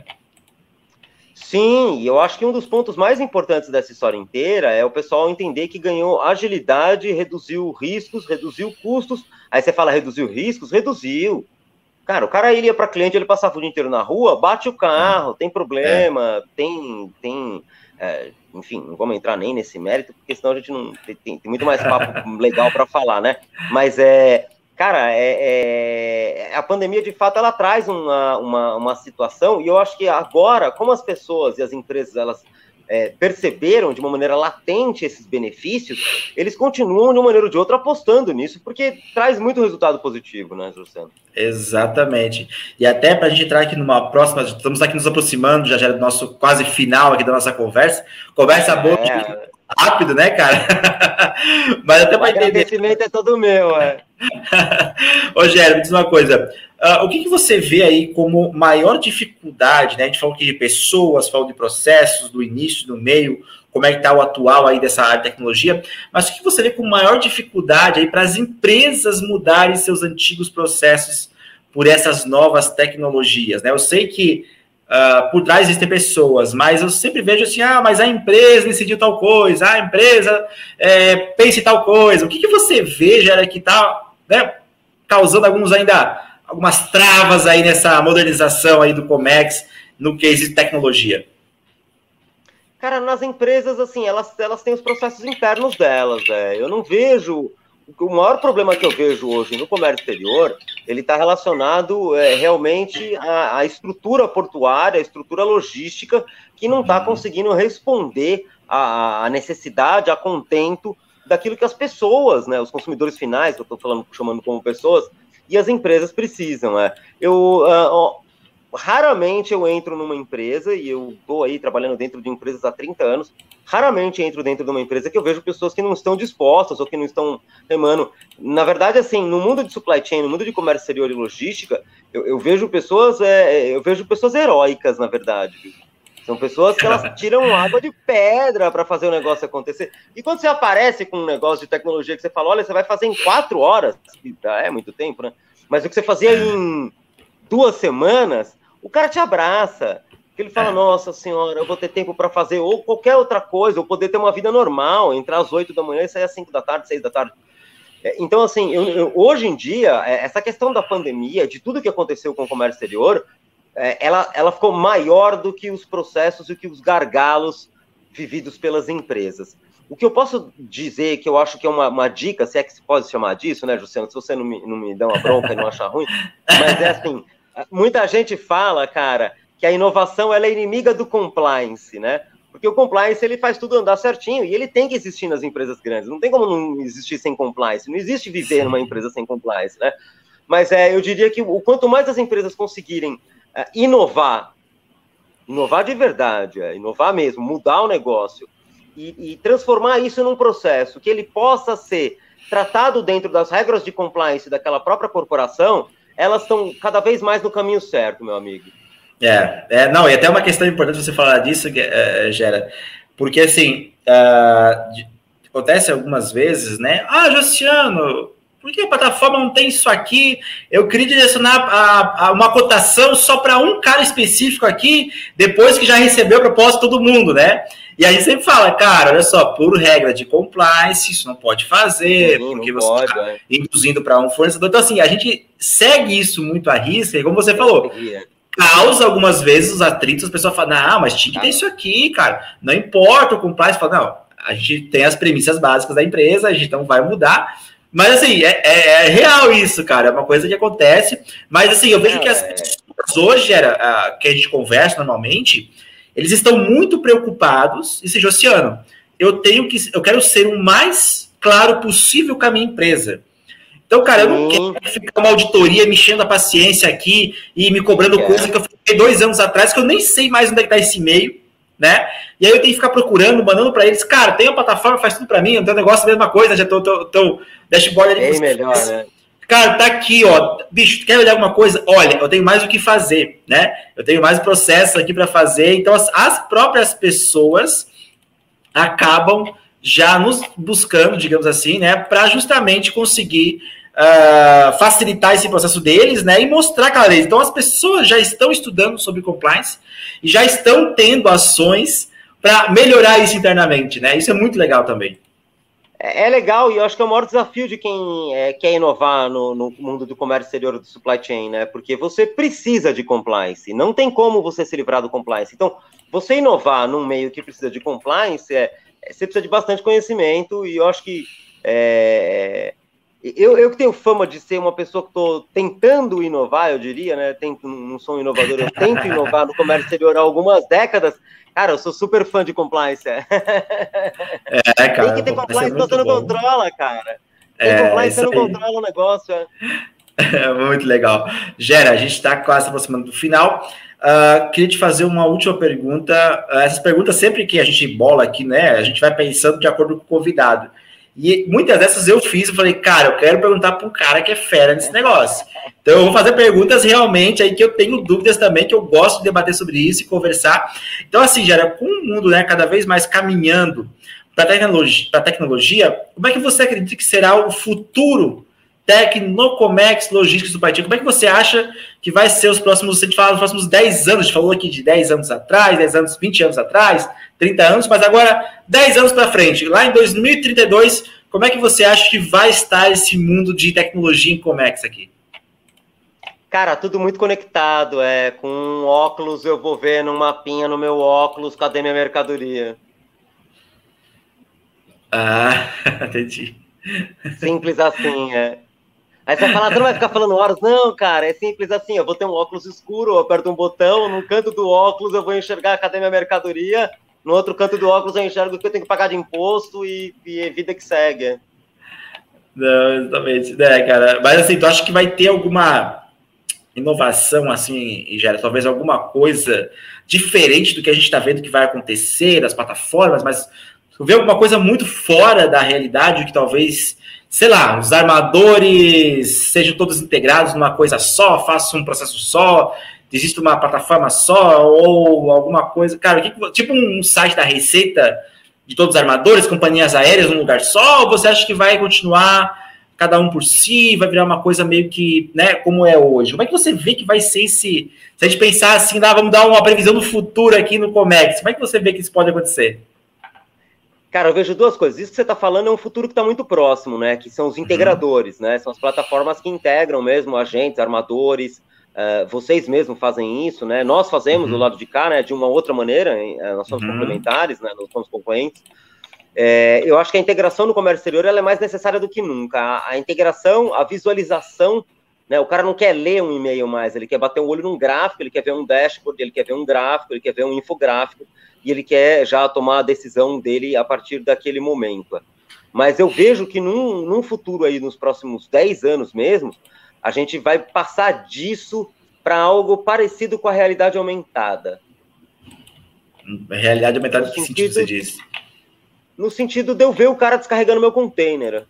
Sim, e eu acho que um dos pontos mais importantes dessa história inteira é o pessoal entender que ganhou agilidade, reduziu riscos, reduziu custos. Aí você fala, reduziu riscos? Reduziu. Cara, o cara ia para cliente, ele passava o dia inteiro na rua, bate o carro, tem problema, é. tem... tem é, enfim, não vamos entrar nem nesse mérito, porque senão a gente não... Tem, tem muito mais papo legal para falar, né? Mas é... Cara, é, é, a pandemia, de fato, ela traz uma, uma, uma situação, e eu acho que agora, como as pessoas e as empresas, elas é, perceberam de uma maneira latente esses benefícios, eles continuam, de uma maneira ou de outra, apostando nisso, porque traz muito resultado positivo, né, Luciano? Exatamente. E até para a gente entrar aqui numa próxima, estamos aqui nos aproximando, já já do nosso quase final aqui da nossa conversa, conversa boa, é. rápido, né, cara? Mas até para entender... O agradecimento é todo meu, é. Ô, Gera, me diz uma coisa. Uh, o que, que você vê aí como maior dificuldade, né? A gente falou aqui de pessoas, falou de processos, do início, do meio, como é que está o atual aí dessa área de tecnologia, mas o que você vê como maior dificuldade aí para as empresas mudarem seus antigos processos por essas novas tecnologias, né? Eu sei que Uh, por trás existem pessoas, mas eu sempre vejo assim, ah, mas a empresa decidiu tal coisa, a empresa é, pensa em tal coisa. O que, que você vê, Gera, que está, né, causando alguns ainda, algumas travas aí nessa modernização aí do Comex, no que existe tecnologia? Cara, nas empresas, assim, elas, elas têm os processos internos delas, né? Eu não vejo... O maior problema que eu vejo hoje no comércio exterior ele está relacionado é, realmente à, à estrutura portuária, à estrutura logística, que não está conseguindo responder à, à necessidade, a contento daquilo que as pessoas, né, os consumidores finais, que eu estou falando, chamando como pessoas, e as empresas precisam. É. Eu, uh, raramente eu entro numa empresa, e eu estou aí trabalhando dentro de empresas há trinta anos, raramente entro dentro de uma empresa que eu vejo pessoas que não estão dispostas ou que não estão remando. Na verdade, assim, no mundo de supply chain, no mundo de comércio exterior e logística, eu, eu vejo pessoas, é, eu vejo pessoas heróicas, na verdade. Viu? São pessoas que elas tiram água de pedra para fazer o negócio acontecer. E quando você aparece com um negócio de tecnologia que você fala, olha, você vai fazer em quatro horas, é muito tempo, né? Mas o que você fazia em duas semanas, o cara te abraça. Ele fala, nossa senhora, eu vou ter tempo para fazer ou qualquer outra coisa, ou poder ter uma vida normal, entrar às oito da manhã e sair às cinco da tarde, seis da tarde. Então, assim, eu, eu, hoje em dia, essa questão da pandemia, de tudo que aconteceu com o comércio exterior, ela, ela ficou maior do que os processos e que os gargalos vividos pelas empresas. O que eu posso dizer, que eu acho que é uma, uma dica, se é que se pode chamar disso, né, Jussiano, se você não me, não me dá uma bronca e não achar ruim, mas é assim, muita gente fala, cara, que a inovação ela é inimiga do compliance, né? Porque o compliance ele faz tudo andar certinho e ele tem que existir nas empresas grandes. Não tem como não existir sem compliance. Não existe viver numa empresa sem compliance, né? Mas é, eu diria que o quanto mais as empresas conseguirem é, inovar, inovar de verdade, é, inovar mesmo, mudar o negócio e, e transformar isso num processo que ele possa ser tratado dentro das regras de compliance daquela própria corporação, elas estão cada vez mais no caminho certo, meu amigo. É, é, não, e até uma questão importante você falar disso, é, Gera, porque assim, uh, acontece algumas vezes, né? Ah, Jussiano, por que a plataforma não tem isso aqui? Eu queria direcionar a, a uma cotação só para um cara específico aqui, depois que já recebeu a proposta de todo mundo, né? E a gente sempre fala, cara, olha só, por regra de compliance, isso não pode fazer, Sim, porque você pode, está é. induzindo para um fornecedor. Então, assim, a gente segue isso muito à risca, e como você falou, causa algumas vezes os atritos, as pessoas falam, não, mas tinha que ter isso aqui, cara, não importa o compliance, fala, não, a gente tem as premissas básicas da empresa, a gente não vai mudar, mas assim, é, é, é real isso, cara, é uma coisa que acontece, mas assim, eu vejo é, que as pessoas hoje, era, a, que a gente conversa normalmente, eles estão muito preocupados, e seja, Oceano, eu tenho que, eu quero ser o mais claro possível com a minha empresa. Então, cara, eu não quero ficar uma auditoria me enchendo a paciência aqui e me cobrando é. coisa que eu fiquei dois anos atrás, que eu nem sei mais onde é que tá esse e-mail, né? E aí eu tenho que ficar procurando, mandando para eles, cara, tem uma plataforma, faz tudo para mim, eu tenho um negócio, a mesma coisa, já tô, tô, tô dashboard ali. Bem melhor, né? Cara, tá aqui, ó, bicho, tu quer olhar alguma coisa? Olha, eu tenho mais o que fazer, né? Eu tenho mais processos aqui para fazer, então as, as próprias pessoas acabam já nos buscando, digamos assim, né, para justamente conseguir Uh, facilitar esse processo deles, né, e mostrar cada vez. Então, as pessoas já estão estudando sobre compliance e já estão tendo ações para melhorar isso internamente, né? Isso é muito legal também. É, é legal, e eu acho que é o maior desafio de quem é, quer inovar no, no mundo do comércio exterior do supply chain, né? Porque você precisa de compliance, não tem como você se livrar do compliance. Então, você inovar num meio que precisa de compliance, é, é, você precisa de bastante conhecimento, e eu acho que é, Eu, eu que tenho fama de ser uma pessoa que estou tentando inovar, eu diria, né? Tento, não sou um inovador, eu tento inovar no comércio exterior há algumas décadas. Cara, eu sou super fã de compliance. É, cara. Tem que ter compliance, senão você não controla, cara. Tem é, compliance, você não controla o negócio. É. É muito legal. Gera, a gente está quase aproximando do final. Uh, queria te fazer uma última pergunta. Uh, essas perguntas, sempre que a gente bola aqui, né? A gente vai pensando de acordo com o convidado. E muitas dessas eu fiz, eu falei, cara, eu quero perguntar para um cara que é fera nesse negócio. Então eu vou fazer perguntas realmente aí que eu tenho dúvidas também, que eu gosto de debater sobre isso e conversar. Então assim, Gera, com o mundo, né, cada vez mais caminhando para tecnologia, para tecnologia, como é que você acredita que será o futuro Tecnocomex Logística Supply Chain? Como é que você acha que vai ser os próximos, se a gente fala, os próximos dez anos, a gente falou aqui de dez anos atrás, dez anos, vinte anos atrás, trinta anos, mas agora dez anos para frente, lá em dois mil e trinta e dois, como é que você acha que vai estar esse mundo de tecnologia em Comex aqui? Cara, tudo muito conectado, é, com um óculos eu vou ver num mapinha no meu óculos, cadê minha mercadoria? Ah, entendi. Simples assim, é. Aí você vai falar, você não vai ficar falando horas. Não, cara, é simples assim, eu vou ter um óculos escuro, eu aperto um botão, no canto do óculos eu vou enxergar cadê minha mercadoria, no outro canto do óculos eu enxergo o que eu tenho que pagar de imposto e, e é vida que segue. Não, exatamente, né, cara? Mas assim, tu acha que vai ter alguma inovação, assim, Gera, talvez alguma coisa diferente do que a gente está vendo que vai acontecer nas plataformas, mas tu vê alguma coisa muito fora da realidade que talvez, sei lá, os armadores sejam todos integrados numa coisa só, façam um processo só, existe uma plataforma só, ou alguma coisa, cara, tipo um site da Receita de todos os armadores, companhias aéreas num lugar só, ou você acha que vai continuar cada um por si, vai virar uma coisa meio que, né, como é hoje? Como é que você vê que vai ser esse... Se a gente pensar assim, dá, vamos dar uma previsão do futuro aqui no Comex, como é que você vê que isso pode acontecer? Cara, eu vejo duas coisas. Isso que você está falando é um futuro que está muito próximo, né? Que são os integradores, uhum. né? São as plataformas que integram mesmo agentes, armadores. Uh, vocês mesmos fazem isso, né? Nós fazemos uhum. do lado de cá, né? De uma outra maneira. Hein? Nós somos uhum. complementares, né? Nós somos concorrentes. É, eu acho que a integração no comércio exterior ela é mais necessária do que nunca. A, a integração, a visualização, né? O cara não quer ler um e-mail mais, ele quer bater o olho num gráfico, ele quer ver um dashboard, ele quer ver um gráfico, ele quer ver um infográfico, e ele quer já tomar a decisão dele a partir daquele momento. Mas eu vejo que num, num futuro aí, nos próximos dez anos mesmo, a gente vai passar disso para algo parecido com a realidade aumentada. A realidade aumentada, no que sentido, sentido você diz? No sentido de eu ver o cara descarregando meu container.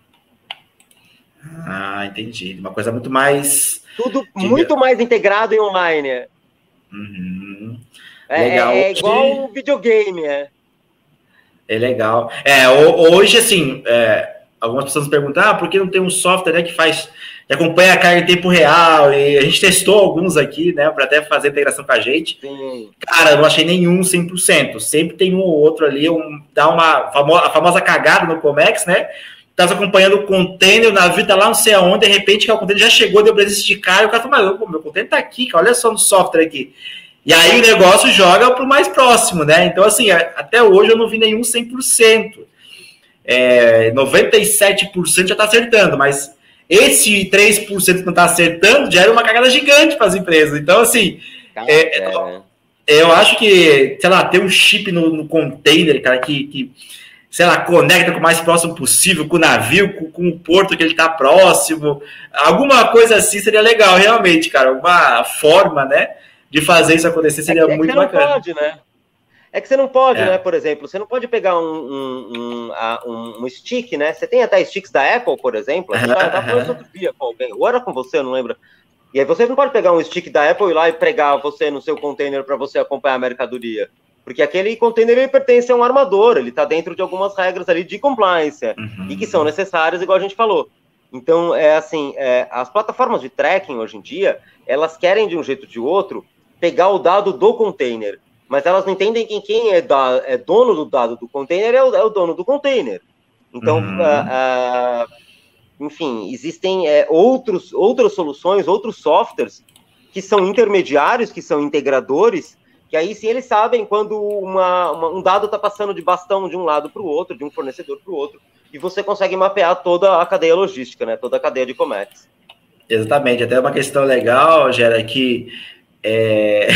Ah, entendi. Uma coisa muito mais... Tudo diga... muito mais integrado em online. Uhum. É, legal. É, é igual um videogame, é. É legal. É, hoje, assim, é, algumas pessoas me perguntam, ah, por que não tem um software, né, que faz, que acompanha a carga em tempo real? E a gente testou alguns aqui, né, para até fazer integração com a gente. Sim. Cara, eu não achei nenhum cem por cento. Sempre tem um ou outro ali, um, dá uma famosa, a famosa cagada no Comex, né? Tá acompanhando o container, o navio tá lá não sei aonde, de repente o container já chegou, deu para esticar, e o cara fala, mas meu container tá aqui, cara, olha só no software aqui. E aí o negócio joga para o mais próximo, né? Então, assim, até hoje eu não vi nenhum cem por cento. É, noventa e sete por cento já está acertando, mas esse três por cento que não está acertando já era uma cagada gigante para as empresas. Então, assim, é, é, eu acho que, sei lá, ter um chip no, no container, cara, que, que, sei lá, conecta com o mais próximo possível, com o navio, com, com o porto que ele está próximo, alguma coisa assim seria legal, realmente, cara, uma forma, né, de fazer isso acontecer seria é, é muito bacana. Não pode, né? É que você não pode, é. né? Por exemplo, você não pode pegar um, um, um, um stick, né? Você tem até sticks da Apple, por exemplo. Eu estava falando outro dia com alguém, ou era com você, eu não lembro. E aí você não pode pegar um stick da Apple e ir lá e pregar você no seu container para você acompanhar a mercadoria. Porque aquele container ele pertence a um armador, ele está dentro de algumas regras ali de compliance, uhum. e que são necessárias, igual a gente falou. Então, é assim, é, as plataformas de tracking hoje em dia, elas querem de um jeito ou de outro pegar o dado do container, mas elas não entendem que quem é, da, é dono do dado do container é o, é o dono do container. Então, uhum. uh, uh, enfim, existem é, outros, outras soluções, outros softwares que são intermediários, que são integradores, que aí sim eles sabem quando uma, uma, um dado está passando de bastão de um lado para o outro, de um fornecedor para o outro, e você consegue mapear toda a cadeia logística, né? Toda a cadeia de comércio. Exatamente, até uma questão legal, Gera, que É...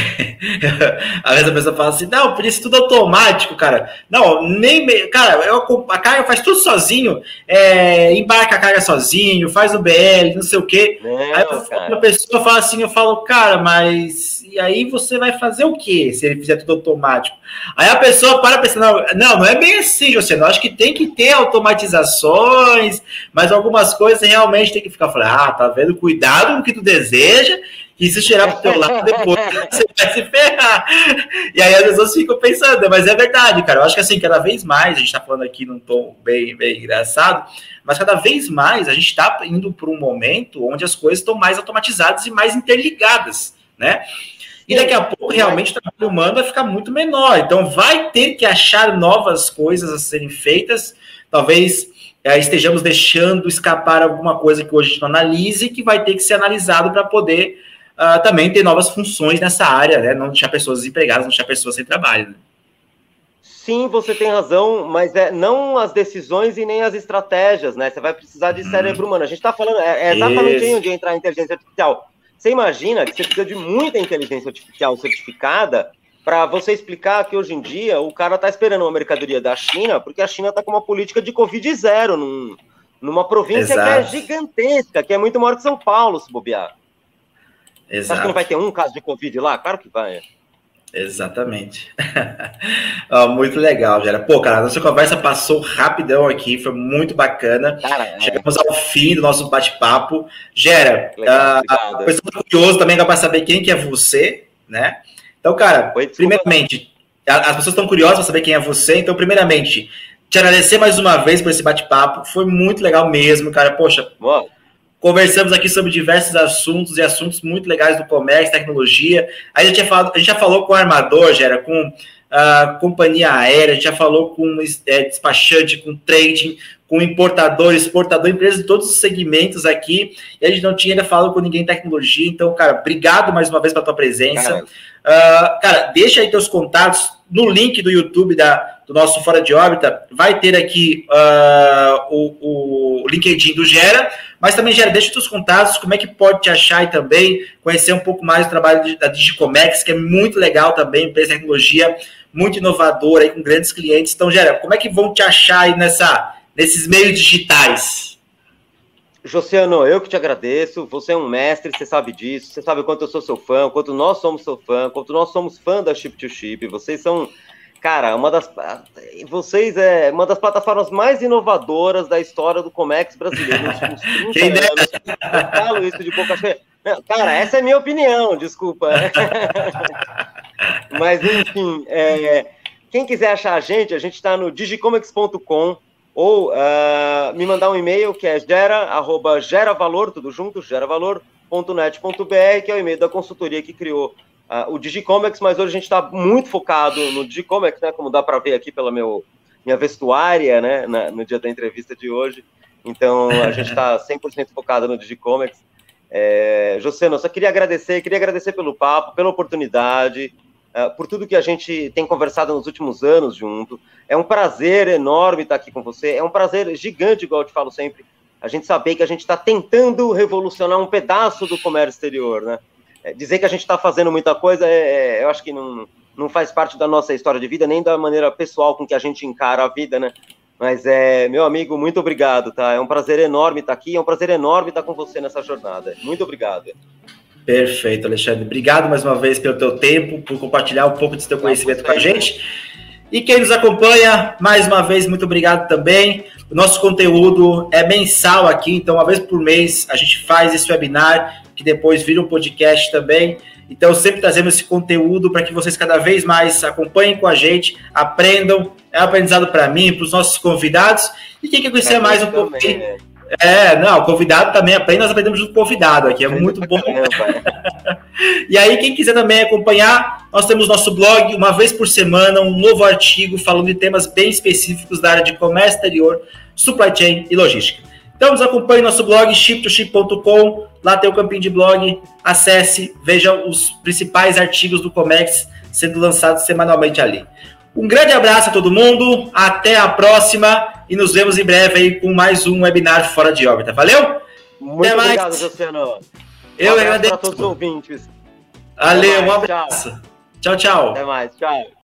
às vezes a pessoa fala assim, não, por isso tudo automático, cara. Não, nem me... cara, eu, a carga faz tudo sozinho, é, embarca a carga sozinho, faz o B L, não sei o quê. Não, aí a pessoa fala assim, eu falo, cara, mas e aí você vai fazer o quê se ele fizer tudo automático? Aí a pessoa para pensando, não, não é bem assim, José, eu acho que tem que ter automatizações, mas algumas coisas realmente tem que ficar falando, ah, tá vendo? Cuidado com o que tu deseja, e se tirar pro teu lado, depois você vai se ferrar. E aí as pessoas ficam pensando, mas é verdade, cara. Eu acho que assim, cada vez mais, a gente tá falando aqui num tom bem, bem engraçado, mas cada vez mais a gente tá indo para um momento onde as coisas estão mais automatizadas e mais interligadas, né? E daqui a pouco, realmente, o trabalho humano vai ficar muito menor. Então, vai ter que achar novas coisas a serem feitas. Talvez é, estejamos deixando escapar alguma coisa que hoje a gente não analise, que vai ter que ser analisado para poder Uh, também ter novas funções nessa área, né? Não deixar pessoas desempregadas, não deixar pessoas sem trabalho. Né? Sim, você tem razão, mas é não as decisões e nem as estratégias, né? Você vai precisar de cérebro humano. A gente está falando, é, é exatamente Isso. aí onde entra a inteligência artificial. Você imagina que você precisa de muita inteligência artificial certificada para você explicar que hoje em dia o cara está esperando uma mercadoria da China, porque a China está com uma política de Covid zero, num, numa província Exato. que é gigantesca, que é muito maior que São Paulo, se bobear. Exato. Você acha que não vai ter um caso de Covid lá? Claro que vai. Exatamente. Oh, muito legal, Gera. Pô, cara, a nossa conversa passou rapidão aqui, foi muito bacana. Cara, é. Chegamos ao fim do nosso bate-papo. Gera, legal, uh, a pessoa tá curiosa também para saber quem que é você, né? Então, cara, Oi, primeiramente, as pessoas estão curiosas para saber quem é você, então, primeiramente, te agradecer mais uma vez por esse bate-papo, foi muito legal mesmo, cara. Poxa, Uou. Conversamos aqui sobre diversos assuntos e assuntos muito legais do comércio, tecnologia. Aí a gente, falado, a gente já falou com o armador, Gera, com a companhia aérea, a gente já falou com é, despachante, com trading, com importador, exportador, empresas de todos os segmentos aqui. E a gente não tinha ainda falado com ninguém em tecnologia. Então, cara, obrigado mais uma vez pela tua presença. Cara, uh, cara deixa aí teus contatos no link do YouTube da, do nosso Fora de Órbita. Vai ter aqui uh, o, o LinkedIn do Gera. Mas também, Gera, deixa os seus contatos, como é que pode te achar e também conhecer um pouco mais do trabalho da Digicomex, que é muito legal também, empresa de tecnologia muito inovadora, aí, com grandes clientes. Então, Gera, como é que vão te achar aí nessa, nesses meios digitais? Josiano, eu que te agradeço, você é um mestre, você sabe disso, você sabe o quanto eu sou seu fã, o quanto nós somos seu fã, o quanto nós somos fã da Chip to Chip, vocês são... Cara, uma das, vocês é uma das plataformas mais inovadoras da história do Comex brasileiro nos últimos trinta anos. Eu falo isso de boca cheia. Cara, essa é minha opinião, desculpa. Mas, enfim, é, quem quiser achar a gente, a gente está no digicomex ponto com ou uh, me mandar um e-mail que é gera, arroba geravalor, tudo junto, geravalor ponto net ponto br, que é o e-mail da consultoria que criou Uh, o Digicomex, mas hoje a gente está muito focado no Digicomex, né, como dá para ver aqui pela meu, minha vestuária, né, na, no dia da entrevista de hoje. Então, a gente está cem por cento focado no Digicomex. É, Josiano, eu só queria agradecer, queria agradecer pelo papo, pela oportunidade, uh, por tudo que a gente tem conversado nos últimos anos junto. É um prazer enorme estar aqui com você, é um prazer gigante, igual eu te falo sempre, a gente saber que a gente está tentando revolucionar um pedaço do comércio exterior, né? Dizer que a gente está fazendo muita coisa, é, é, eu acho que não, não faz parte da nossa história de vida, nem da maneira pessoal com que a gente encara a vida, né? Mas, é, meu amigo, muito obrigado, tá? É um prazer enorme estar aqui, é um prazer enorme estar com você nessa jornada. Muito obrigado. Perfeito, Alexandre. Obrigado mais uma vez pelo teu tempo, por compartilhar um pouco do teu conhecimento com a gente. E quem nos acompanha, mais uma vez, muito obrigado também. O nosso conteúdo é mensal aqui, então uma vez por mês a gente faz esse webinar, que depois vira um podcast também. Então sempre trazemos esse conteúdo para que vocês cada vez mais acompanhem com a gente, aprendam, é um aprendizado para mim, para os nossos convidados. E quem quer conhecer pra mais um pouco... Também. É, não, o convidado também aprende, nós aprendemos junto com o convidado aqui, é muito bom. E aí, quem quiser também acompanhar, nós temos nosso blog, uma vez por semana, um novo artigo falando de temas bem específicos da área de comércio exterior, supply chain e logística. Então, nos acompanhe no nosso blog, chip to chip ponto com, lá tem o campinho de blog, acesse, veja os principais artigos do Comex sendo lançados semanalmente ali. Um grande abraço a todo mundo, até a próxima e nos vemos em breve aí com mais um webinar Fora de Órbita. Valeu? Muito até obrigado, mais. Josiano. Eu um agradeço. Para todos os ouvintes. Valeu, mais, um abraço. Tchau, tchau. Até mais, tchau.